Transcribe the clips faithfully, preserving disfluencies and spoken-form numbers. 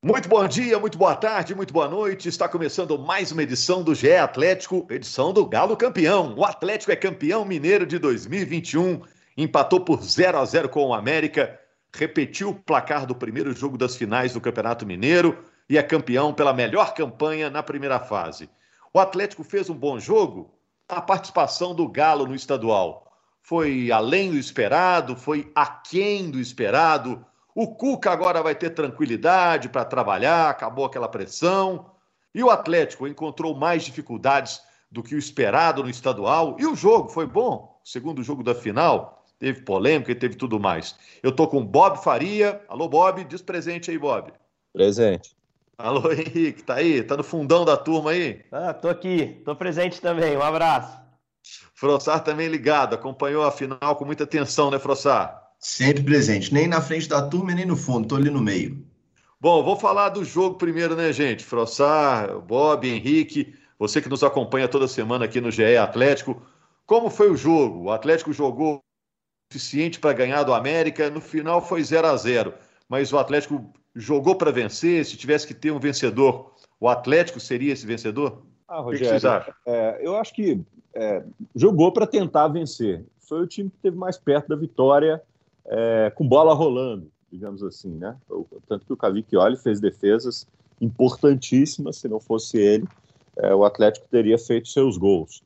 Muito bom dia, muito boa tarde, muito boa noite. Está começando mais uma edição do G E Atlético, edição do Galo campeão. O Atlético é campeão mineiro de dois mil e vinte e um, empatou por zero a zero com o América, repetiu o placar do primeiro jogo das finais do Campeonato Mineiro e é campeão pela melhor campanha na primeira fase. O Atlético fez um bom jogo. A participação do Galo no estadual foi além do esperado, foi aquém do esperado. O Cuca agora vai ter tranquilidade para trabalhar, acabou aquela pressão. E o Atlético encontrou mais dificuldades do que o esperado no estadual. E o jogo foi bom. O segundo jogo da final teve polêmica e teve tudo mais. Eu tô com Bob Faria. Alô, Bob, diz presente aí, Bob. Presente. Alô, Henrique, tá aí? Tá no fundão da turma aí? Ah, tô aqui, tô presente também. Um abraço. Frossar também ligado, acompanhou a final com muita atenção, né, Frossar? Sempre presente, nem na frente da turma nem no fundo, tô ali no meio. Bom, vou falar do jogo primeiro, né, gente? Frossar, Bob, Henrique, você que nos acompanha toda semana aqui no G E Atlético. Como foi o jogo? O Atlético jogou o suficiente para ganhar do América, no final foi zero a zero, mas o Atlético jogou para vencer. Se tivesse que ter um vencedor, o Atlético seria esse vencedor? Ah, O que, que Rogério, vocês acham? é, eu acho que é, jogou para tentar vencer. Foi o time que esteve mais perto da vitória, é, com bola rolando, digamos assim, né? Tanto que o Cavicchioli fez defesas importantíssimas. Se não fosse ele, é, o Atlético teria feito seus gols.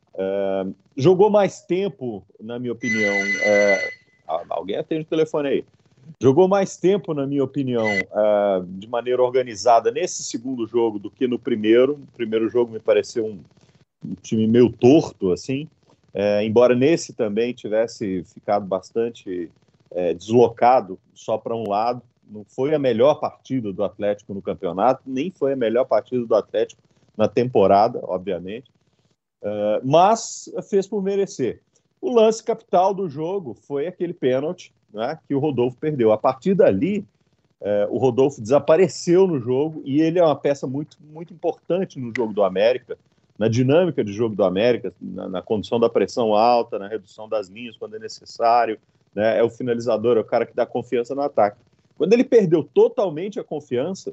É, jogou mais tempo, na minha opinião. É, alguém atende o telefone aí. Jogou mais tempo, na minha opinião, uh, de maneira organizada nesse segundo jogo do que no primeiro. No primeiro jogo me pareceu um, um time meio torto, assim, uh, embora nesse também tivesse ficado bastante uh, deslocado só para um lado. Não foi a melhor partida do Atlético no campeonato, nem foi a melhor partida do Atlético na temporada, obviamente, uh, mas fez por merecer. O lance capital do jogo foi aquele pênalti, né, que o Rodolfo perdeu. A partir dali, é, o Rodolfo desapareceu no jogo e ele é uma peça muito, muito importante no jogo do América, na dinâmica de jogo do América, na, na condução da pressão alta, na redução das linhas quando é necessário, né, é o finalizador, é o cara que dá confiança no ataque. Quando ele perdeu totalmente a confiança,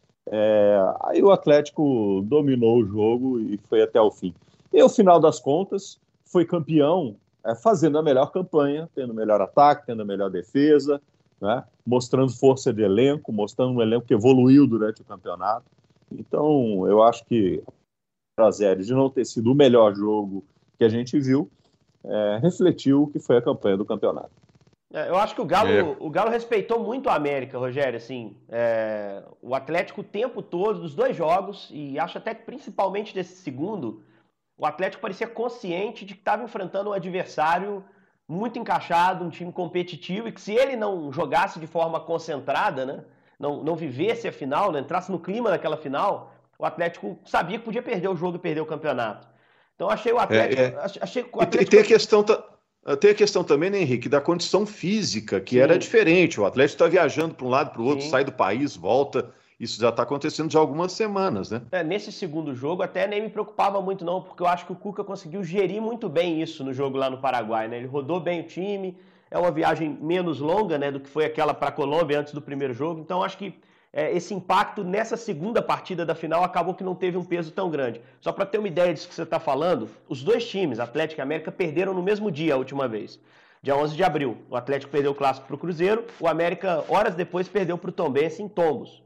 é, aí o Atlético dominou o jogo e foi até o fim. E, ao final das contas, foi campeão É, fazendo a melhor campanha, tendo o melhor ataque, tendo a melhor defesa, né? Mostrando força de elenco, mostrando um elenco que evoluiu durante o campeonato. Então, eu acho que a zero de não ter sido o melhor jogo que a gente viu, é, refletiu o que foi a campanha do campeonato. É, eu acho que o Galo, É. o Galo respeitou muito a América, Rogério. Assim, é, o Atlético o tempo todo, dos dois jogos, e acho até que principalmente desse segundo, o Atlético parecia consciente de que estava enfrentando um adversário muito encaixado, um time competitivo, e que se ele não jogasse de forma concentrada, né, não, não vivesse a final, não entrasse no clima daquela final, o Atlético sabia que podia perder o jogo e perder o campeonato. Então achei o Atlético... É, é. Achei que o E tem, Atlético... tem a questão, tem a questão também, né, Henrique, da condição física, que Sim. era diferente. O Atlético está viajando para um lado para o outro, Sim. sai do país, volta. Isso já está acontecendo já há algumas semanas, né? É, nesse segundo jogo até nem me preocupava muito não, porque eu acho que o Cuca conseguiu gerir muito bem isso no jogo lá no Paraguai, né? Ele rodou bem o time, é uma viagem menos longa, né, do que foi aquela para a Colômbia antes do primeiro jogo, então acho que é, esse impacto nessa segunda partida da final acabou que não teve um peso tão grande. Só para ter uma ideia disso que você está falando, os dois times, Atlético e América, perderam no mesmo dia a última vez, dia onze de abril. O Atlético perdeu o clássico para o Cruzeiro, o América horas depois perdeu para o Tombense em Tombos.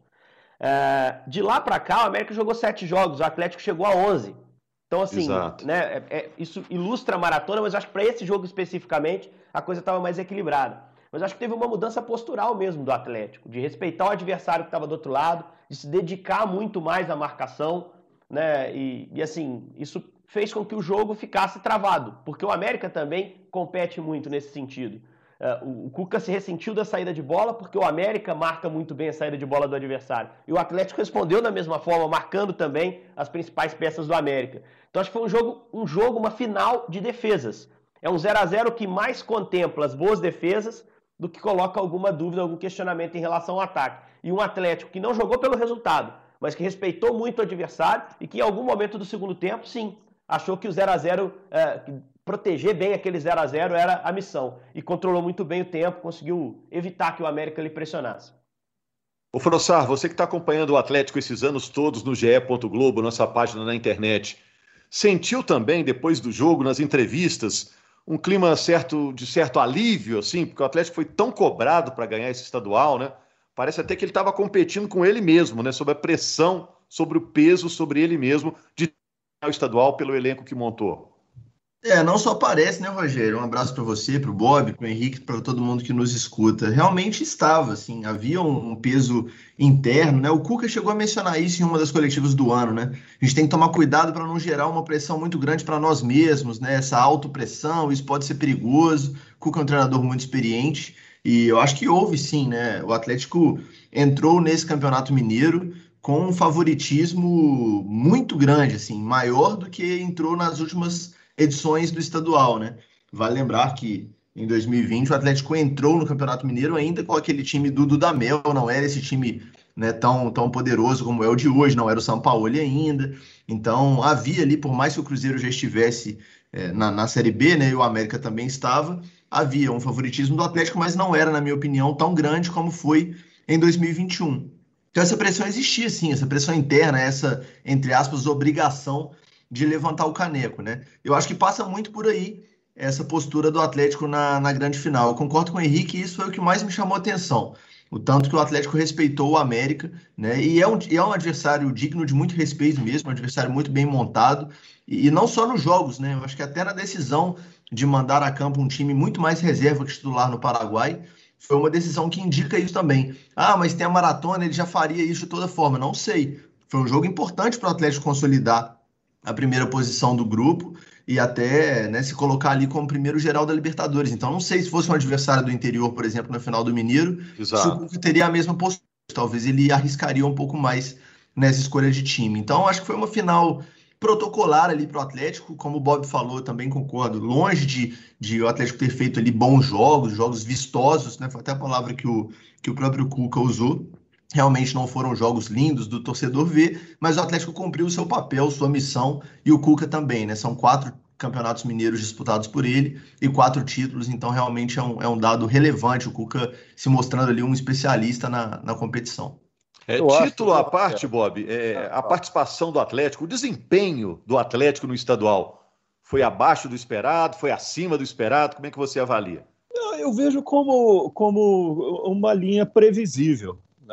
É, de lá para cá, o América jogou sete jogos, o Atlético chegou a onze. Então, assim, né, é, é, isso ilustra a maratona, mas eu acho que para esse jogo especificamente a coisa estava mais equilibrada. Mas eu acho que teve uma mudança postural mesmo do Atlético, de respeitar o adversário que estava do outro lado, de se dedicar muito mais à marcação, né? E, e assim, isso fez com que o jogo ficasse travado, porque o América também compete muito nesse sentido. Uh, o Cuca se ressentiu da saída de bola porque o América marca muito bem a saída de bola do adversário. E o Atlético respondeu da mesma forma, marcando também as principais peças do América. Então acho que foi um jogo, um jogo, uma final de defesas. É um zero a zero que mais contempla as boas defesas do que coloca alguma dúvida, algum questionamento em relação ao ataque. E um Atlético que não jogou pelo resultado, mas que respeitou muito o adversário e que em algum momento do segundo tempo, sim, achou que o zero a zero... Uh, proteger bem aquele zero a zero era a missão. E controlou muito bem o tempo, conseguiu evitar que o América lhe pressionasse. Ô Frossar, você que está acompanhando o Atlético esses anos todos no G E. Globo, nossa página na internet, sentiu também, depois do jogo, nas entrevistas, um clima certo, de certo alívio, assim, porque o Atlético foi tão cobrado para ganhar esse estadual, né? Parece até que ele estava competindo com ele mesmo, né? Sobre a pressão, sobre o peso, sobre ele mesmo de ganhar o estadual pelo elenco que montou. É, não só parece, né, Rogério? Um abraço para você, para o Bob, para o Henrique, para todo mundo que nos escuta. Realmente estava, assim, havia um, um peso interno, né? O Cuca chegou a mencionar isso em uma das coletivas do ano, né? A gente tem que tomar cuidado para não gerar uma pressão muito grande para nós mesmos, né? Essa autopressão, isso pode ser perigoso. O Cuca é um treinador muito experiente e eu acho que houve, sim, né? O Atlético entrou nesse Campeonato Mineiro com um favoritismo muito grande, assim, maior do que entrou nas últimas edições do estadual, né? Vale lembrar que em dois mil e vinte o Atlético entrou no Campeonato Mineiro ainda com aquele time do Dudamel, não era esse time, né, tão, tão poderoso como é o de hoje, não era o São Paulo ainda. Então havia ali, por mais que o Cruzeiro já estivesse é, na, na Série B, né, e o América também estava, havia um favoritismo do Atlético, mas não era, na minha opinião, tão grande como foi em dois mil e vinte e um. Então essa pressão existia, sim, essa pressão interna, essa, entre aspas, obrigação de levantar o caneco, né? Eu acho que passa muito por aí essa postura do Atlético na, na grande final. Eu concordo com o Henrique e isso foi o que mais me chamou a atenção. O tanto que o Atlético respeitou o América, né? E é um, e é um adversário digno de muito respeito mesmo, um adversário muito bem montado. E, e não só nos jogos, né? Eu acho que até na decisão de mandar a campo um time muito mais reserva que titular no Paraguai, foi uma decisão que indica isso também. Ah, mas tem a maratona, ele já faria isso de toda forma. Não sei. Foi um jogo importante para o Atlético consolidar a primeira posição do grupo e até, né, se colocar ali como primeiro geral da Libertadores. Então, não sei se fosse um adversário do interior, por exemplo, na final do Mineiro, Exato. se o Cuca teria a mesma postura. Talvez ele arriscaria um pouco mais nessa escolha de time. Então, acho que foi uma final protocolar ali para o Atlético, como o Bob falou, também concordo, longe de, de o Atlético ter feito ali bons jogos, jogos vistosos, né? Foi até a palavra que o, que o próprio Cuca usou. Realmente não foram jogos lindos do torcedor ver, mas o Atlético cumpriu o seu papel, sua missão, e o Cuca também, né? São quatro campeonatos mineiros disputados por ele e quatro títulos, então realmente é um, é um dado relevante, o Cuca se mostrando ali um especialista na, na competição. É, título à parte, Bob, é, a participação do Atlético, o desempenho do Atlético no estadual, foi abaixo do esperado, foi acima do esperado? Como é que você avalia? Eu vejo como, como uma linha previsível. Né?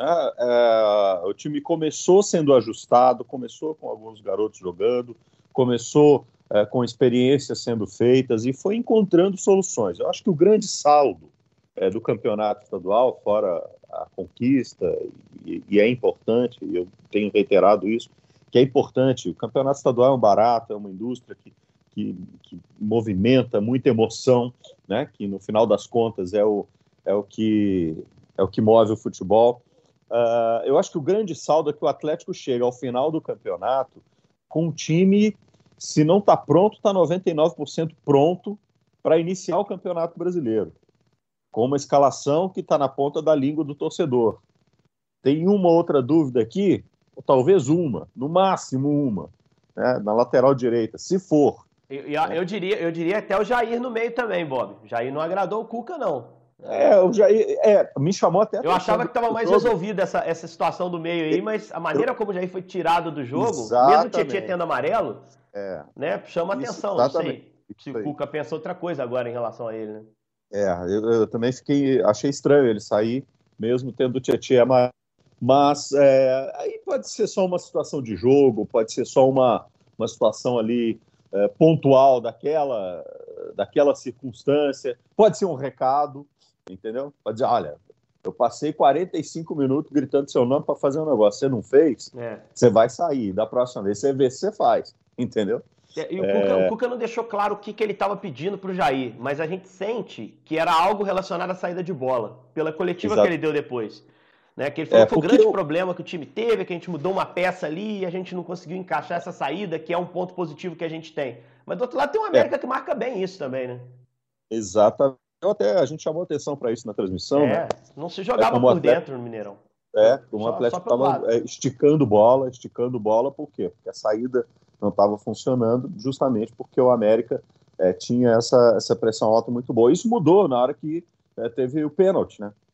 É, o time começou sendo ajustado, começou com alguns garotos jogando, começou é, com experiências sendo feitas e foi encontrando soluções. Eu acho que o grande saldo é, do campeonato estadual, fora a conquista, e, e é importante, e eu tenho reiterado isso, que é importante, o campeonato estadual é um barato, é uma indústria que, que, que movimenta muita emoção, né? Que no final das contas é o, é o, que, é o que move o futebol. Uh, eu acho que o grande saldo é que o Atlético chega ao final do campeonato com um time, se não está pronto, está noventa e nove por cento pronto para iniciar o Campeonato Brasileiro, com uma escalação que está na ponta da língua do torcedor. Tem uma outra dúvida aqui, ou talvez uma, no máximo uma, né, na lateral direita, se for. Eu, eu, eu, diria, eu diria até o Jair no meio também, Bob. O Jair não agradou o Cuca, não. É, o Jair, é, me chamou até a Eu achava que estava mais resolvida essa, essa situação do meio aí, mas a maneira como o Jair foi tirado do jogo, Exatamente. mesmo o Tietchan tendo amarelo, é. né, chama Isso, atenção. Exatamente. Não sei se o Cuca pensa outra coisa agora em relação a ele, né? É, eu, eu também fiquei, achei estranho ele sair, mesmo tendo o Tietchan amarelo. Mas é, aí pode ser só uma situação de jogo, pode ser só uma, uma situação ali é, pontual daquela, daquela circunstância, pode ser um recado, entendeu? Pode dizer, olha, eu passei quarenta e cinco minutos gritando seu nome para fazer um negócio, você não fez, é. Você vai sair, da próxima vez você vê se você faz, entendeu? É, e o, é... Cuca, o Cuca não deixou claro o que, que ele estava pedindo para o Jair, mas a gente sente que era algo relacionado à saída de bola, pela coletiva Exato. Que ele deu depois. Né? Que ele falou é, que o grande eu... problema que o time teve, que a gente mudou uma peça ali e a gente não conseguiu encaixar essa saída, que é um ponto positivo que a gente tem. Mas do outro lado tem uma América é. que marca bem isso também, né? Exatamente. Até a gente chamou atenção para isso na transmissão. É, né? Não se jogava é por Atlético, dentro no Mineirão. É, como o Atlético estava esticando bola, esticando bola, por quê? Porque a saída não estava funcionando, justamente porque o América é, tinha essa, essa pressão alta muito boa. Isso mudou na hora que é, teve o pênalti, né?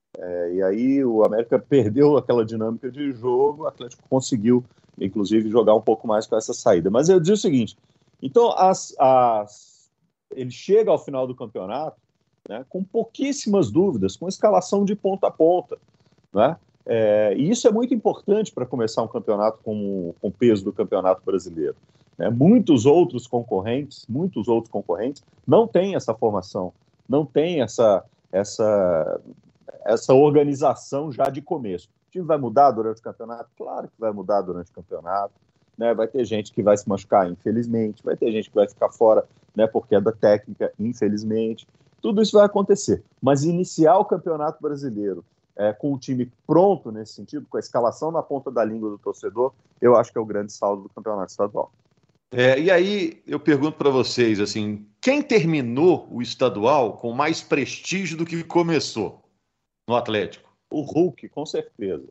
É, e aí o América perdeu aquela dinâmica de jogo, o Atlético conseguiu, inclusive, jogar um pouco mais com essa saída. Mas eu digo o seguinte, então as, as, ele chega ao final do campeonato, né, com pouquíssimas dúvidas, com escalação de ponta a ponta, né? É, e isso é muito importante para começar um campeonato com, com o peso do campeonato brasileiro. Né? Muitos outros concorrentes, muitos outros concorrentes não têm essa formação, não têm essa, essa, essa organização já de começo. O time vai mudar durante o campeonato? Claro que vai mudar durante o campeonato. Né? Vai ter gente que vai se machucar, infelizmente, vai ter gente que vai ficar fora, né, porque é da técnica, infelizmente. Tudo isso vai acontecer. Mas iniciar o Campeonato Brasileiro é, com o time pronto nesse sentido, com a escalação na ponta da língua do torcedor, eu acho que é o grande saldo do Campeonato Estadual. É, e aí eu pergunto para vocês, assim, quem terminou o estadual com mais prestígio do que começou no Atlético? O Hulk, com certeza.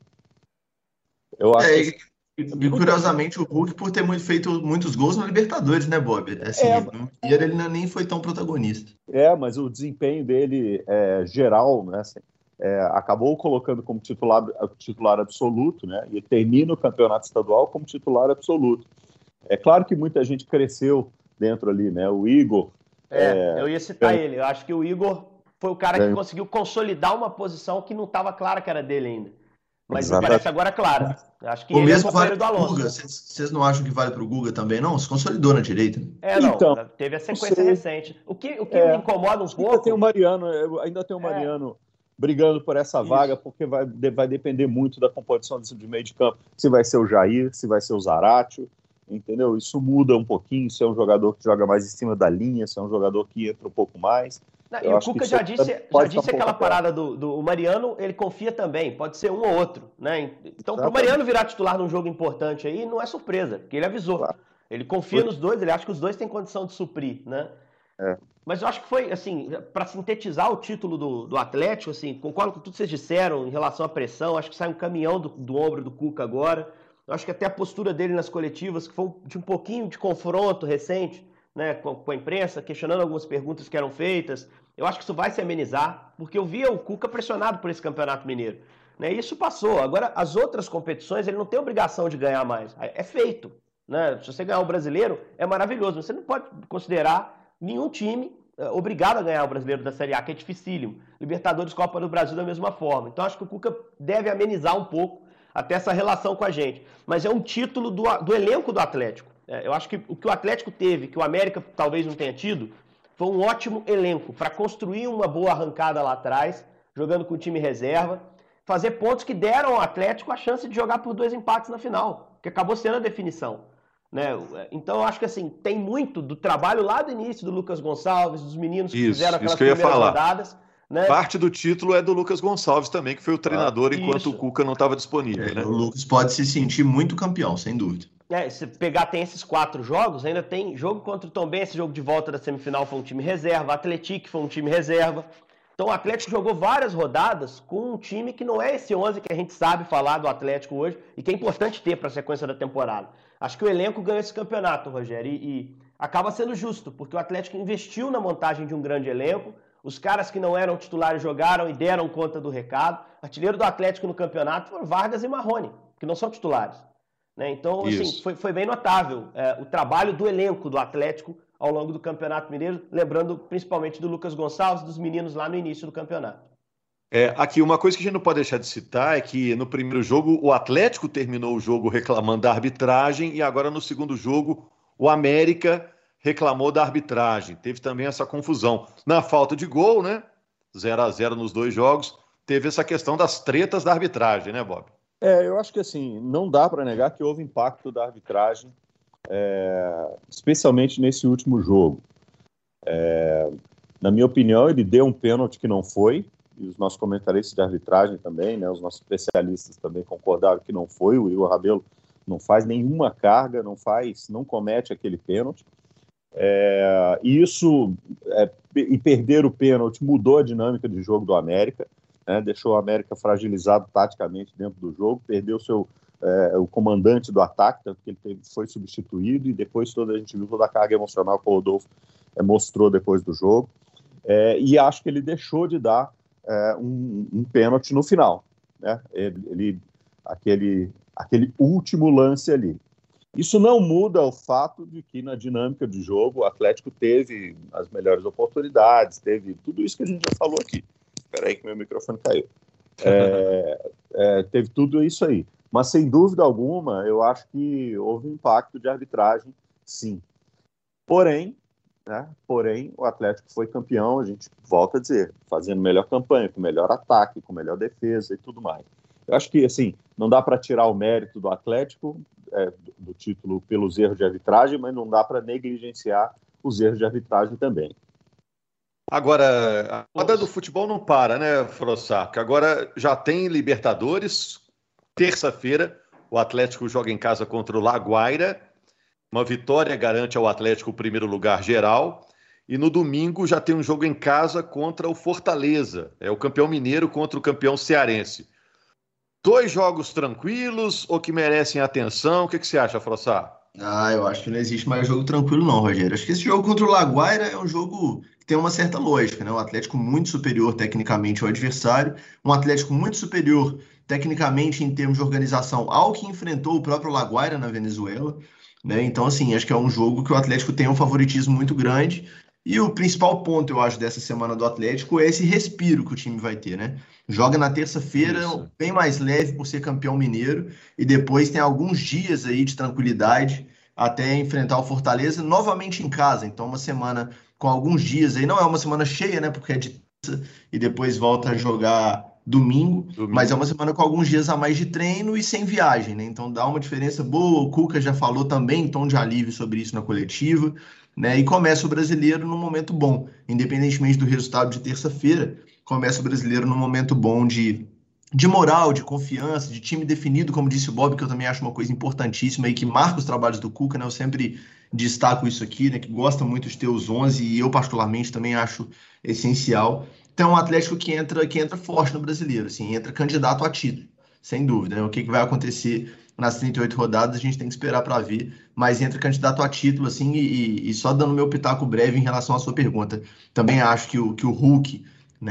Eu acho É, que... E, curiosamente, o Hulk, por ter muito, feito muitos gols na Libertadores, né, Bob? Assim, É, no Mineiro ele nem foi tão protagonista. É, mas o desempenho dele é, geral, né, assim, é, acabou colocando como titular, titular absoluto, né, e termina o campeonato estadual como titular absoluto. É claro que muita gente cresceu dentro ali, né, o Igor... É, é eu ia citar é, ele, eu acho que o Igor foi o cara é, que conseguiu consolidar uma posição que não estava clara que era dele ainda. Mas exatamente. Me parece agora clara. Acho que o ele mesmo é companheiro vale do Alonso. Guga. Vocês não acham que vale para o Guga também, não? Se consolidou na direita. É, não. Então, teve a sequência recente. O que, o que é, me incomoda um ainda pouco... Tem o Mariano, ainda tem o Mariano é. brigando por essa Isso. vaga, porque vai, vai depender muito da composição de meio de campo. Se vai ser o Jair, se vai ser o Zaratio, entendeu? Isso muda um pouquinho, se é um jogador que joga mais em cima da linha, se é um jogador que entra um pouco mais... Não, e o Cuca já disse, já disse aquela parada do, do o Mariano, ele confia também, pode ser um ou outro, né? Então, para o Mariano virar titular num jogo importante aí, não é surpresa, porque ele avisou. Claro. Ele confia foi. nos dois, ele acha que os dois têm condição de suprir, né? É. Mas eu acho que foi, assim, para sintetizar o título do, do Atlético, assim, concordo com tudo que vocês disseram em relação à pressão, acho que sai um caminhão do, do ombro do Cuca agora. Eu acho que até a postura dele nas coletivas, que foi de um pouquinho de confronto recente, né, com, com a imprensa, questionando algumas perguntas que eram feitas. Eu acho que isso vai se amenizar, porque eu via o Cuca pressionado por esse Campeonato Mineiro. Né, e isso passou. Agora, as outras competições, ele não tem obrigação de ganhar mais. É feito. Né? Se você ganhar o Brasileiro, é maravilhoso. Você não pode considerar nenhum time é, obrigado a ganhar o Brasileiro da Série A, que é dificílimo. Libertadores, Copa do Brasil da mesma forma. Então, acho que o Cuca deve amenizar um pouco até essa relação com a gente. Mas é um título do, do elenco do Atlético. É, eu acho que o que o Atlético teve, que o América talvez não tenha tido, foi um ótimo elenco para construir uma boa arrancada lá atrás, jogando com o time reserva, fazer pontos que deram ao Atlético a chance de jogar por dois empates na final, que acabou sendo a definição. Né? Então eu acho que assim, tem muito do trabalho lá do início do Lucas Gonçalves, dos meninos que isso, fizeram aquelas isso que eu ia primeiras falar. rodadas. Né? Parte do título é do Lucas Gonçalves também, que foi o treinador ah, enquanto isso. o Cuca não estava disponível. É, né? O Lucas pode se sentir muito campeão, sem dúvida. É, se pegar, tem esses quatro jogos, ainda tem jogo contra o Tombense, esse jogo de volta da semifinal foi um time reserva, Atlético foi um time reserva. Então o Atlético jogou várias rodadas com um time que não é esse onze que a gente sabe falar do Atlético hoje e que é importante ter para a sequência da temporada. Acho que o elenco ganhou esse campeonato, Rogério, e, e acaba sendo justo, porque o Atlético investiu na montagem de um grande elenco, os caras que não eram titulares jogaram e deram conta do recado. Artilheiro do Atlético no campeonato foram Vargas e Marrone, que não são titulares. Né? Então, assim, foi, foi bem notável é, o trabalho do elenco do Atlético ao longo do Campeonato Mineiro, lembrando principalmente do Lucas Gonçalves, dos meninos lá no início do campeonato. É, aqui, uma coisa que a gente não pode deixar de citar é que no primeiro jogo o Atlético terminou o jogo reclamando da arbitragem e agora no segundo jogo o América reclamou da arbitragem. Teve também essa confusão. Na falta de gol, né? zero a zero nos dois jogos, teve essa questão das tretas da arbitragem, né, Bob? É, eu acho que assim, não dá para negar que houve impacto da arbitragem, é, especialmente nesse último jogo. É, na minha opinião, ele deu um pênalti que não foi, e os nossos comentaristas de arbitragem também, né, os nossos especialistas também concordaram que não foi. O Igor Rabelo não faz nenhuma carga, não faz, não comete aquele pênalti. É, e isso, é, e perder o pênalti mudou a dinâmica de jogo do América. Né, deixou o América fragilizado taticamente dentro do jogo, perdeu seu, é, o comandante do ataque, tanto que ele teve, foi substituído, e depois toda a gente viu toda a carga emocional que o Rodolfo é, mostrou depois do jogo, é, e acho que ele deixou de dar é, um, um pênalti no final, né? Ele, ele, aquele, aquele último lance ali. Isso não muda o fato de que na dinâmica de jogo o Atlético teve as melhores oportunidades, teve tudo isso que a gente já falou aqui. Espera aí que meu microfone caiu. É, é, teve tudo isso aí. Mas, sem dúvida alguma, eu acho que houve um impacto de arbitragem, sim. Porém, né, porém, o Atlético foi campeão, a gente volta a dizer, fazendo melhor campanha, com melhor ataque, com melhor defesa e tudo mais. Eu acho que, assim, não dá para tirar o mérito do Atlético, é, do, do título pelos erros de arbitragem, mas não dá para negligenciar os erros de arbitragem também. Agora, a roda do futebol não para, né, Frossac? Agora já tem Libertadores. Terça-feira, o Atlético joga em casa contra o Laguaira. Uma vitória garante ao Atlético o primeiro lugar geral. E no domingo já tem um jogo em casa contra o Fortaleza. É o campeão mineiro contra o campeão cearense. Dois jogos tranquilos ou que merecem atenção? O que, que você acha, Frossac? Ah, eu acho que não existe mais jogo tranquilo não, Rogério. Acho que esse jogo contra o Laguaira é um jogo que tem uma certa lógica, né? Um Atlético muito superior tecnicamente ao adversário, um Atlético muito superior tecnicamente em termos de organização ao que enfrentou o próprio Laguaira na Venezuela, né? Então, assim, acho que é um jogo que o Atlético tem um favoritismo muito grande e o principal ponto, eu acho, dessa semana do Atlético é esse respiro que o time vai ter, né? Joga na terça-feira, Isso. bem mais leve por ser campeão mineiro e depois tem alguns dias aí de tranquilidade até enfrentar o Fortaleza novamente em casa. Então, uma semana com alguns dias aí, não é uma semana cheia, né? Porque é de terça e depois volta a jogar domingo, Domingo. mas é uma semana com alguns dias a mais de treino e sem viagem, né? Então dá uma diferença boa. O Cuca já falou também em tom de alívio sobre isso na coletiva, né? E começa o brasileiro num momento bom, independentemente do resultado de terça-feira, começa o brasileiro num momento bom de, de moral, de confiança, de time definido, como disse o Bob, que eu também acho uma coisa importantíssima e que marca os trabalhos do Cuca, né? Eu sempre destaco isso aqui, né? Que gosta muito de ter os onze e eu particularmente também acho essencial. Então, é um Atlético que entra, que entra forte no brasileiro, assim, entra candidato a título, sem dúvida, né? O que, que vai acontecer nas trinta e oito rodadas, a gente tem que esperar para ver, mas entra candidato a título, assim, e, e só dando meu pitaco breve em relação à sua pergunta. Também acho que o, que o Hulk,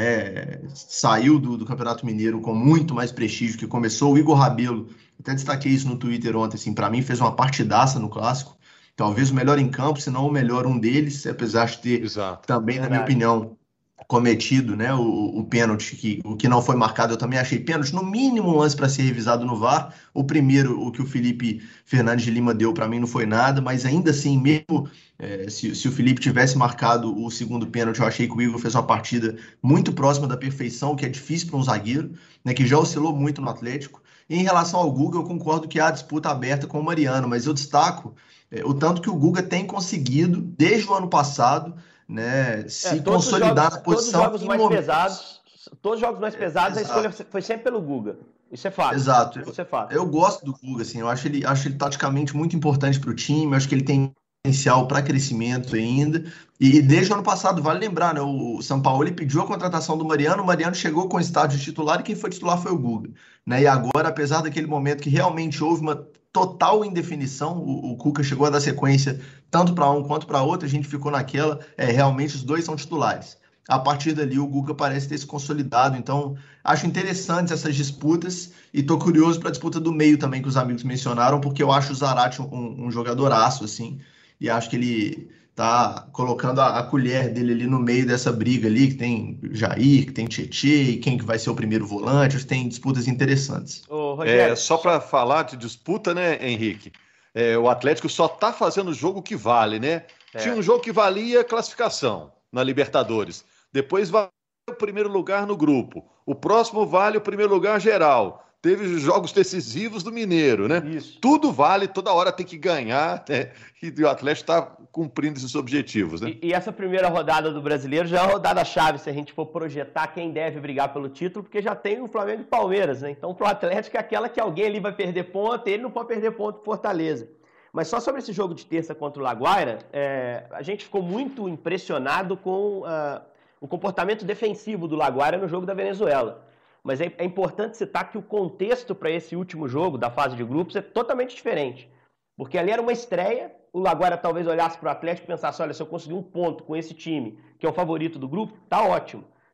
né, saiu do, do Campeonato Mineiro com muito mais prestígio que começou. O Igor Rabelo, até destaquei isso no Twitter ontem, assim, para mim fez uma partidaça no Clássico, talvez o melhor em campo, se não o melhor um deles, apesar de ter Exato. também, na Verdade. minha opinião, cometido, né, o, o pênalti, que, o que não foi marcado, eu também achei pênalti, no mínimo um lance para ser revisado no V A R. O primeiro, o que o Felipe Fernandes de Lima deu, para mim não foi nada, mas ainda assim, mesmo é, se, se o Felipe tivesse marcado o segundo pênalti, eu achei que o Igor fez uma partida muito próxima da perfeição, que é difícil para um zagueiro, né, que já oscilou muito no Atlético. E em relação ao Guga, eu concordo que há disputa aberta com o Mariano, mas eu destaco é, o tanto que o Guga tem conseguido, desde o ano passado, né, se É, todos os consolidar jogos, na posição. todos os jogos em mais momentos. pesados, todos os jogos mais pesados, a Exato. escolha foi sempre pelo Guga. Isso é fato. Exato. Isso é fato. Eu gosto do Guga, assim, eu acho ele, acho ele taticamente muito importante para o time, eu acho que ele tem potencial para crescimento ainda. E, e desde o ano passado, vale lembrar, né? O São Paulo ele pediu a contratação do Mariano, o Mariano chegou com o estádio de titular e quem foi titular foi o Guga, né? E agora, apesar daquele momento que realmente houve uma total indefinição, o, o Cuca chegou a dar sequência tanto para um quanto para outro, a gente ficou naquela, é, realmente os dois são titulares. A partir dali, o Guga parece ter se consolidado. Então, acho interessantes essas disputas e tô curioso para a disputa do meio também, que os amigos mencionaram, porque eu acho o Zarate um, um jogadoraço, assim, e acho que ele tá colocando a, a colher dele ali no meio dessa briga ali, que tem Jair, que tem Tietê, e quem que vai ser o primeiro volante, acho que tem disputas interessantes. Ô, Rogério, É, só para falar de disputa, né, Henrique? É, o Atlético só está fazendo o jogo que vale, né? É. Tinha um jogo que valia classificação na Libertadores. Depois vale o primeiro lugar no grupo. O próximo vale o primeiro lugar geral. Teve os jogos decisivos do Mineiro, né? Isso. Tudo vale, toda hora tem que ganhar, né? E o Atlético está cumprindo esses objetivos, né? E, e essa primeira rodada do Brasileiro já é uma rodada-chave se a gente for projetar quem deve brigar pelo título, porque já tem o Flamengo e Palmeiras, né? Então, pro Atlético é aquela que alguém ali vai perder ponto, e ele não pode perder ponto pro Fortaleza. Mas só sobre esse jogo de terça contra o Laguaira, é, a gente ficou muito impressionado com uh, o comportamento defensivo do Laguaira no jogo da Venezuela. Mas é, é importante citar que o contexto para esse último jogo da fase de grupos é totalmente diferente. Porque ali era uma estreia, o Laguaira talvez olhasse para o Atlético e pensasse, olha, se eu conseguir um ponto com esse time, que é o favorito do grupo, tá ótimo.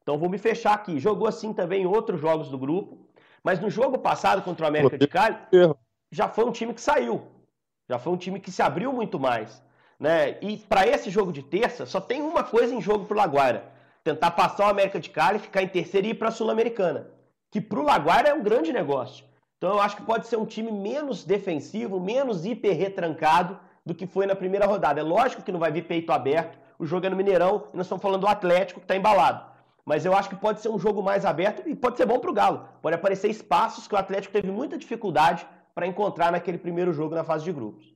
Então vou me fechar aqui. Jogou assim também em outros jogos do grupo, mas no jogo passado contra o América de Cali, já foi um time que saiu. Já foi um time que se abriu muito mais, né? E para esse jogo de terça, só tem uma coisa em jogo pro Laguaira. Tentar passar o América de Cali, ficar em terceiro e ir para a Sul-Americana. Que pro Laguaira é um grande negócio. Então eu acho que pode ser um time menos defensivo, menos hiper retrancado do que foi na primeira rodada. É lógico que não vai vir peito aberto, o jogo é no Mineirão, e nós estamos falando do Atlético que está embalado. Mas eu acho que pode ser um jogo mais aberto e pode ser bom para o Galo. Pode aparecer espaços que o Atlético teve muita dificuldade para encontrar naquele primeiro jogo na fase de grupos.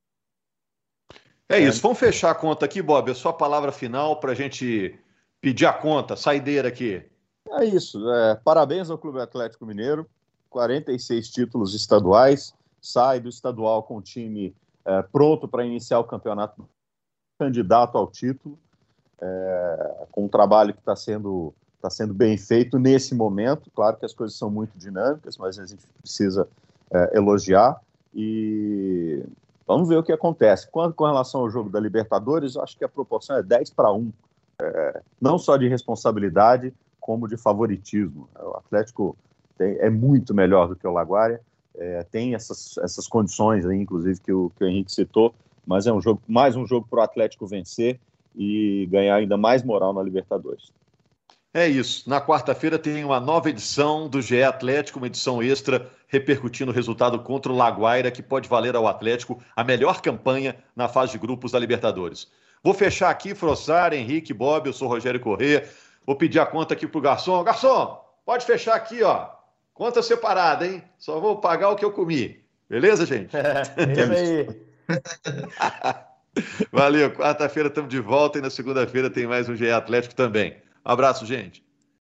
É isso, vamos fechar a conta aqui, Bob. A sua palavra final para a gente pedir a conta, saideira aqui. É isso, é, parabéns ao Clube Atlético Mineiro, quarenta e seis títulos estaduais, sai do estadual com o time é, pronto para iniciar o campeonato, candidato ao título. É, com um trabalho que está sendo, tá sendo bem feito nesse momento. Claro que as coisas são muito dinâmicas, mas a gente precisa é, elogiar e vamos ver o que acontece. Quanto com relação ao jogo da Libertadores, eu acho que a proporção é dez para um, é, não só de responsabilidade, como de favoritismo. O Atlético tem, é muito melhor do que o Laguaira, é, tem essas, essas condições aí, inclusive, que o, que o Henrique citou, mas é um jogo, mais um jogo para o Atlético vencer e ganhar ainda mais moral na Libertadores. É isso. Na quarta-feira tem uma nova edição do G E Atlético, uma edição extra, repercutindo o resultado contra o Laguaira, que pode valer ao Atlético a melhor campanha na fase de grupos da Libertadores. Vou fechar aqui, Frossar, Henrique, Bob, eu sou Rogério Corrêa. Vou pedir a conta aqui pro garçom. Garçom, pode fechar aqui, ó. Conta separada, hein? Só vou pagar o que eu comi. Beleza, gente? É isso aí. Valeu, quarta-feira estamos de volta e na segunda-feira tem mais um G E Atlético também. Um abraço, gente.